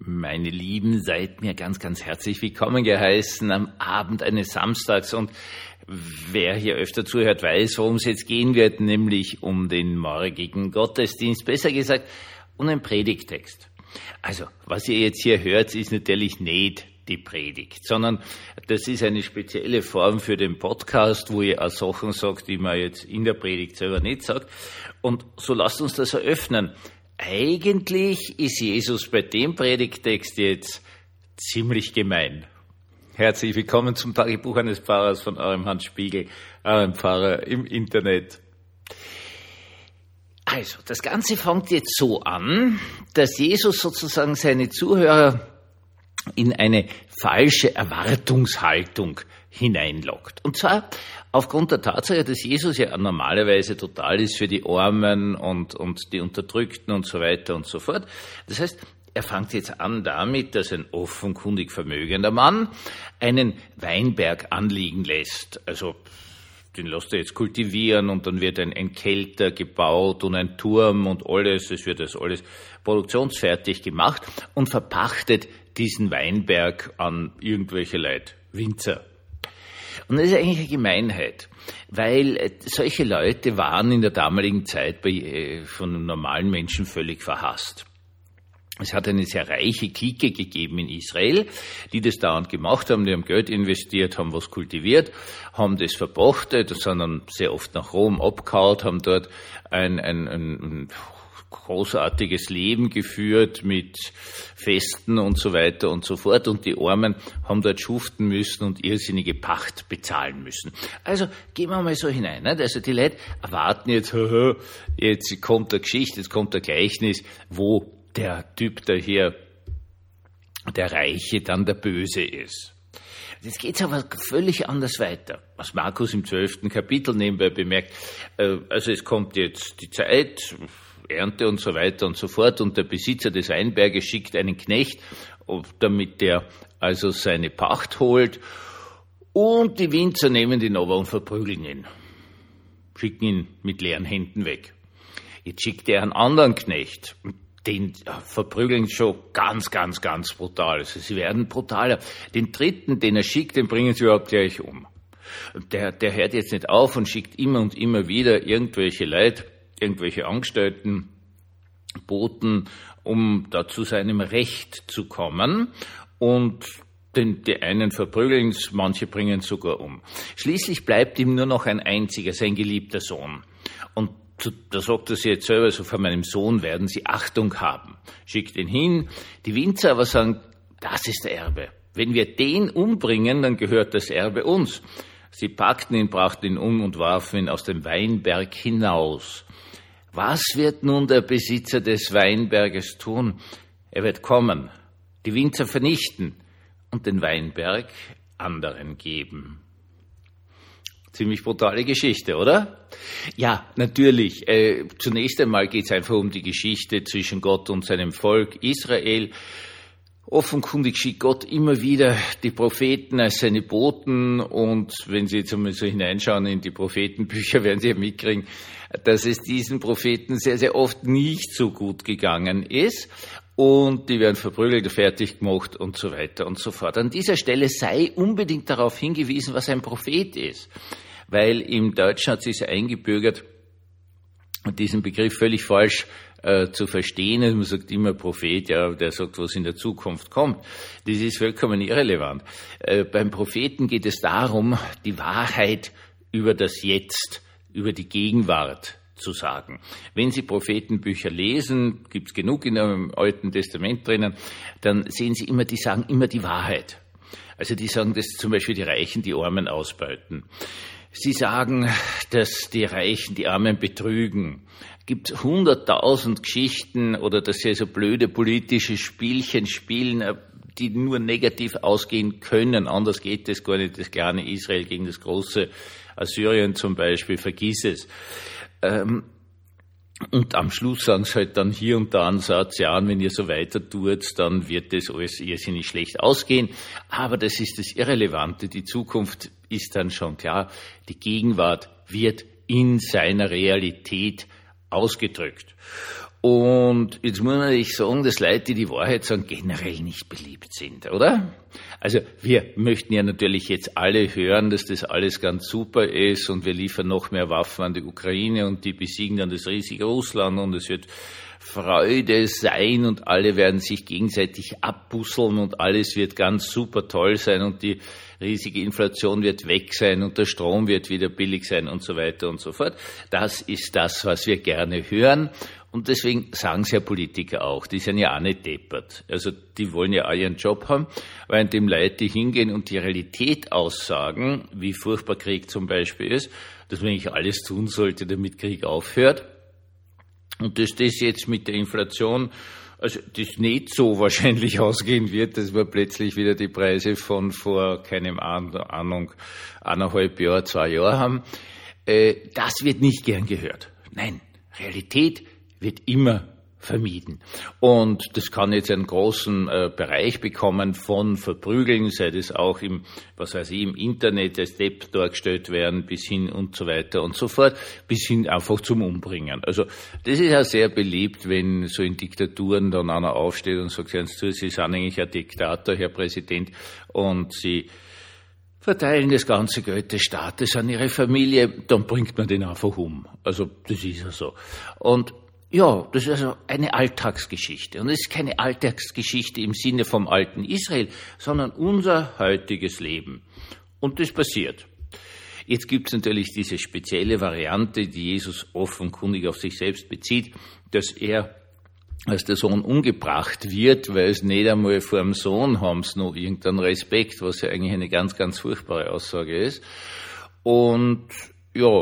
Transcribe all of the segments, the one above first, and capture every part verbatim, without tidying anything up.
Meine Lieben, seid mir ganz, ganz herzlich willkommen geheißen am Abend eines Samstags. Und wer hier öfter zuhört, weiß, worum es jetzt gehen wird, nämlich um den morgigen Gottesdienst, besser gesagt, um einen Predigttext. Also, was ihr jetzt hier hört, ist natürlich nicht die Predigt, sondern das ist eine spezielle Form für den Podcast, wo ihr auch Sachen sagt, die man jetzt in der Predigt selber nicht sagt. Und so lasst uns das eröffnen. Eigentlich ist Jesus bei dem Predigttext jetzt ziemlich gemein. Herzlich willkommen zum Tagebuch eines Pfarrers von eurem Hans Spiegel, eurem Pfarrer im Internet. Also, das Ganze fängt jetzt so an, dass Jesus sozusagen seine Zuhörer in eine falsche Erwartungshaltung hineinlockt. Und zwar aufgrund der Tatsache, dass Jesus ja normalerweise total ist für die Armen und, und die Unterdrückten und so weiter und so fort. Das heißt, er fängt jetzt an damit, dass ein offenkundig vermögender Mann einen Weinberg anliegen lässt. Also den lässt er jetzt kultivieren und dann wird ein, ein Kelter gebaut und ein Turm und alles, es wird das alles produktionsfertig gemacht und verpachtet diesen Weinberg an irgendwelche Leute, Winzer. Und das ist eigentlich eine Gemeinheit, weil solche Leute waren in der damaligen Zeit bei, von normalen Menschen völlig verhasst. Es hat eine sehr reiche Clique gegeben in Israel, die das dauernd gemacht haben, die haben Geld investiert, haben was kultiviert, haben das verpachtet, sind dann sehr oft nach Rom abgehauen, haben dort ein, ein, ein großartiges Leben geführt mit Festen und so weiter und so fort, und die Armen haben dort schuften müssen und irrsinnige Pacht bezahlen müssen. Also gehen wir mal so hinein. Nicht? Also die Leute erwarten jetzt, jetzt kommt eine Geschichte, jetzt kommt ein Gleichnis, wo der Typ daher, der Reiche, dann der Böse ist. Jetzt geht's aber völlig anders weiter. Was Markus im zwölften Kapitel nebenbei bemerkt, also es kommt jetzt die Zeit, Ernte und so weiter und so fort, und der Besitzer des Weinberges schickt einen Knecht, damit der also seine Pacht holt, und die Winzer nehmen ihn aber und verprügeln ihn, schicken ihn mit leeren Händen weg. Jetzt schickt er einen anderen Knecht, den verprügeln schon ganz, ganz, ganz brutal. Also sie werden brutaler. Den dritten, den er schickt, den bringen sie überhaupt gleich um. Der, der hört jetzt nicht auf und schickt immer und immer wieder irgendwelche Leute, irgendwelche Angestellten, Boten, um da zu seinem Recht zu kommen. Und den, die einen verprügeln, manche bringen sogar um. Schließlich bleibt ihm nur noch ein einziger, sein geliebter Sohn. Und da sagt er sich jetzt selber, so von meinem Sohn werden Sie Achtung haben. Schickt ihn hin. Die Winzer aber sagen, das ist der Erbe. Wenn wir den umbringen, dann gehört das Erbe uns. Sie packten ihn, brachten ihn um und warfen ihn aus dem Weinberg hinaus. Was wird nun der Besitzer des Weinberges tun? Er wird kommen, die Winzer vernichten und den Weinberg anderen geben. Ziemlich brutale Geschichte, oder? Ja, natürlich. Äh, zunächst einmal geht es einfach um die Geschichte zwischen Gott und seinem Volk Israel. Offenkundig schickt Gott immer wieder die Propheten als seine Boten, und wenn Sie jetzt einmal so hineinschauen in die Prophetenbücher, werden Sie ja mitkriegen, dass es diesen Propheten sehr, sehr oft nicht so gut gegangen ist. Und die werden verprügelt, fertig gemacht und so weiter und so fort. An dieser Stelle sei unbedingt darauf hingewiesen, was ein Prophet ist. Weil im Deutschen hat sich eingebürgert, diesen Begriff völlig falsch äh, zu verstehen. Man sagt immer Prophet, ja, der sagt, was in der Zukunft kommt. Das ist vollkommen irrelevant. Äh, beim Propheten geht es darum, die Wahrheit über das Jetzt, über die Gegenwart zu sagen. Wenn Sie Prophetenbücher lesen, gibt's genug in dem Alten Testament drinnen, dann sehen Sie immer, die sagen immer die Wahrheit. Also die sagen, dass zum Beispiel die Reichen die Armen ausbeuten. Sie sagen, dass die Reichen die Armen betrügen. Es gibt hunderttausend Geschichten, oder dass sie so blöde politische Spielchen spielen, die nur negativ ausgehen können. Anders geht es gar nicht. Das kleine Israel gegen das große Assyrien zum Beispiel, vergiss es. Ähm, und am Schluss sagen sie halt dann hier und da einen Satz, ja, und wenn ihr so weiter tut, dann wird das alles irrsinnig schlecht ausgehen. Aber das ist das Irrelevante. Die Zukunft ist dann schon klar. Die Gegenwart wird in seiner Realität ausgedrückt. Und jetzt muss man natürlich sagen, dass Leute, die die Wahrheit sagen, generell nicht beliebt sind, oder? Also wir möchten ja natürlich jetzt alle hören, dass das alles ganz super ist und wir liefern noch mehr Waffen an die Ukraine und die besiegen dann das riesige Russland und es wird Freude sein und alle werden sich gegenseitig abbusseln und alles wird ganz super toll sein und die riesige Inflation wird weg sein und der Strom wird wieder billig sein und so weiter und so fort. Das ist das, was wir gerne hören. Und deswegen sagen es ja Politiker auch, die sind ja auch nicht deppert. Also die wollen ja auch ihren Job haben, während dem Leute hingehen und die Realität aussagen, wie furchtbar Krieg zum Beispiel ist, dass man eigentlich alles tun sollte, damit Krieg aufhört. Und dass das jetzt mit der Inflation, also das nicht so wahrscheinlich ausgehen wird, dass wir plötzlich wieder die Preise von vor, keine Ahnung, eineinhalb Jahr, zwei Jahren haben, äh, das wird nicht gern gehört. Nein, Realität wird immer vermieden. Und das kann jetzt einen großen äh, Bereich bekommen von Verprügeln, sei das auch im, was weiß ich, im Internet als Depp dargestellt werden, bis hin und so weiter und so fort, bis hin einfach zum Umbringen. Also das ist ja sehr beliebt, wenn so in Diktaturen dann einer aufsteht und sagt, hören Sie zu, Sie sind eigentlich ein Diktator, Herr Präsident, und Sie verteilen das ganze Geld des Staates an Ihre Familie, dann bringt man den einfach um. Also das ist ja so. Und ja, das ist also eine Alltagsgeschichte. Und es ist keine Alltagsgeschichte im Sinne vom alten Israel, sondern unser heutiges Leben. Und das passiert. Jetzt gibt es natürlich diese spezielle Variante, die Jesus offenkundig auf sich selbst bezieht, dass er als der Sohn umgebracht wird, weil es nicht einmal vor dem Sohn haben sie noch irgendeinen Respekt, was ja eigentlich eine ganz, ganz furchtbare Aussage ist. Und ja,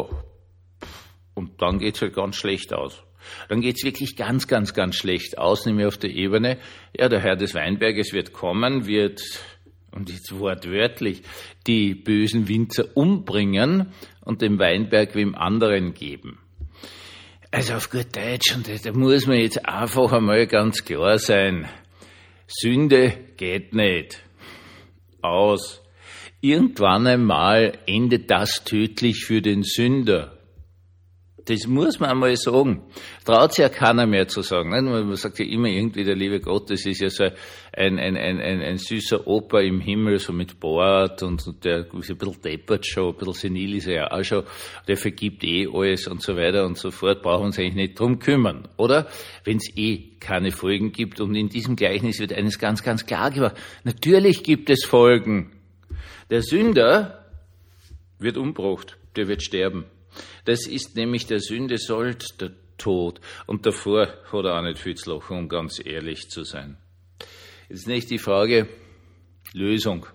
und dann geht's halt ganz schlecht aus. Dann geht's wirklich ganz, ganz, ganz schlecht aus, nämlich auf der Ebene, ja, der Herr des Weinberges wird kommen, wird, und jetzt wortwörtlich, die bösen Winzer umbringen und den Weinberg wem anderen geben. Also auf gut Deutsch, und da muss man jetzt einfach einmal ganz klar sein, Sünde geht nicht aus. Irgendwann einmal endet das tödlich für den Sünder. Das muss man einmal sagen. Traut sich ja keiner mehr zu sagen. Man sagt ja immer irgendwie, der liebe Gott, das ist ja so ein, ein, ein, ein, ein süßer Opa im Himmel, so mit Bart und der ist ein bisschen deppert schon, ein bisschen senil ist er ja auch schon, der vergibt eh alles und so weiter und so fort, brauchen wir uns eigentlich nicht drum kümmern, oder? Wenn es eh keine Folgen gibt. Und in diesem Gleichnis wird eines ganz, ganz klar gemacht. Natürlich gibt es Folgen. Der Sünder wird umgebracht, der wird sterben. Das ist nämlich der Sünde sollt, der Tod. Und davor hat er auch nicht viel zu lachen, um ganz ehrlich zu sein. Jetzt nicht die Frage, Lösung.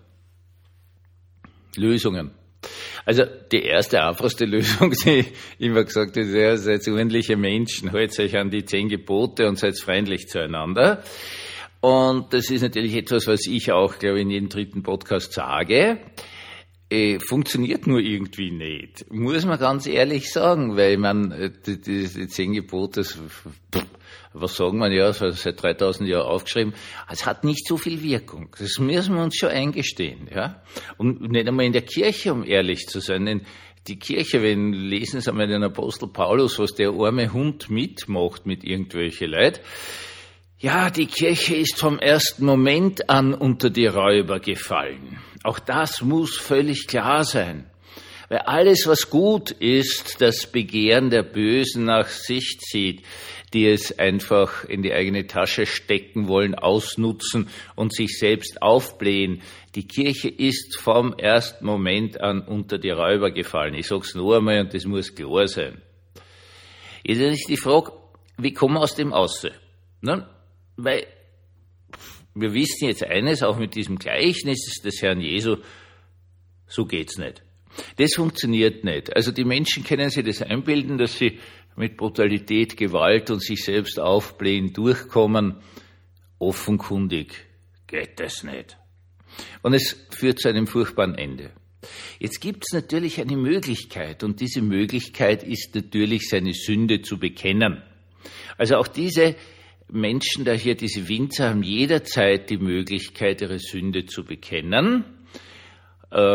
Lösungen. Also die erste, einfachste Lösung, die ich immer gesagt habe, ist, ja, seid ordentliche Menschen, haltet euch an die zehn Gebote und seid freundlich zueinander. Und das ist natürlich etwas, was ich auch, glaube ich, in jedem dritten Podcast sage. Äh, funktioniert nur irgendwie nicht. Muss man ganz ehrlich sagen, weil man, die, die, die zehn Gebote, das, was sagen wir ja, seit dreitausend Jahren aufgeschrieben, es hat nicht so viel Wirkung. Das müssen wir uns schon eingestehen, ja. Und nicht einmal in der Kirche, um ehrlich zu sein, denn die Kirche, wenn, lesen Sie einmal den Apostel Paulus, was der arme Hund mitmacht mit irgendwelche Leid. Ja, die Kirche ist vom ersten Moment an unter die Räuber gefallen. Auch das muss völlig klar sein. Weil alles, was gut ist, das Begehren der Bösen nach sich zieht, die es einfach in die eigene Tasche stecken wollen, ausnutzen und sich selbst aufblähen. Die Kirche ist vom ersten Moment an unter die Räuber gefallen. Ich sag's nur einmal und das muss klar sein. Jetzt ist die Frage, wie kommen wir aus dem raus? Ne? Weil wir wissen jetzt eines, auch mit diesem Gleichnis des Herrn Jesu, so geht's nicht. Das funktioniert nicht. Also die Menschen können sich das einbilden, dass sie mit Brutalität, Gewalt und sich selbst aufblähen durchkommen. Offenkundig geht das nicht. Und es führt zu einem furchtbaren Ende. Jetzt gibt's natürlich eine Möglichkeit, und diese Möglichkeit ist natürlich, seine Sünde zu bekennen. Also auch diese Menschen, da hier diese Winzer, haben jederzeit die Möglichkeit, ihre Sünde zu bekennen. Äh,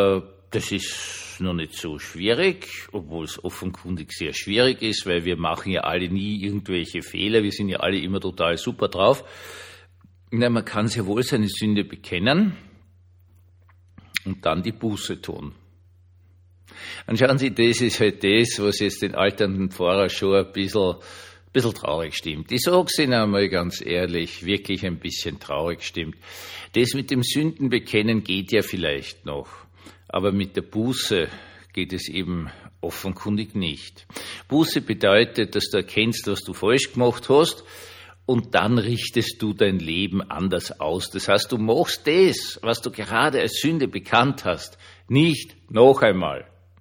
das ist noch nicht so schwierig, obwohl es offenkundig sehr schwierig ist, weil wir machen ja alle nie irgendwelche Fehler, wir sind ja alle immer total super drauf. Na, man kann sehr wohl seine Sünde bekennen und dann die Buße tun. Und schauen Sie, das ist halt das, was jetzt den alternden Pfarrer schon ein bisschen, ein bisschen traurig stimmt. Ich sag's Ihnen einmal ganz ehrlich, wirklich ein bisschen traurig stimmt. Das mit dem Sündenbekennen geht ja vielleicht noch, aber mit der Buße geht es eben offenkundig nicht. Buße bedeutet, dass du erkennst, was du falsch gemacht hast, und dann richtest du dein Leben anders aus. Das heißt, du machst das, was du gerade als Sünde bekannt hast, nicht noch einmal.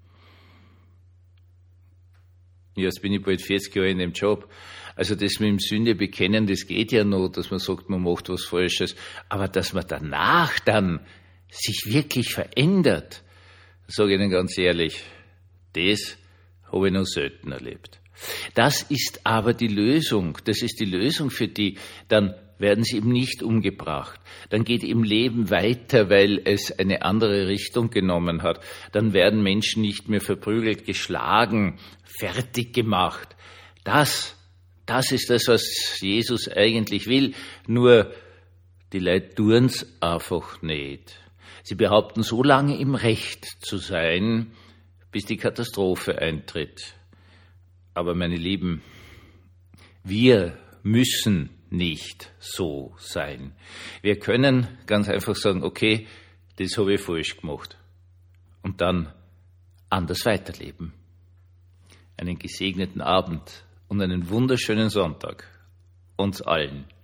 Jetzt bin ich bald vierzig Jahre in dem Job. Also das mit dem Sünde bekennen, das geht ja noch, dass man sagt, man macht was Falsches. Aber dass man danach dann sich wirklich verändert, sage ich Ihnen ganz ehrlich, das habe ich noch selten erlebt. Das ist aber die Lösung. Das ist die Lösung für die. Dann werden sie eben nicht umgebracht. Dann geht im Leben weiter, weil es eine andere Richtung genommen hat. Dann werden Menschen nicht mehr verprügelt, geschlagen, fertig gemacht. Das, das ist das, was Jesus eigentlich will. Nur die Leute tun's einfach nicht. Sie behaupten so lange im Recht zu sein, bis die Katastrophe eintritt. Aber meine Lieben, wir müssen nicht so sein. Wir können ganz einfach sagen, okay, das habe ich falsch gemacht. Und dann anders weiterleben. Einen gesegneten Abend und einen wunderschönen Sonntag uns allen.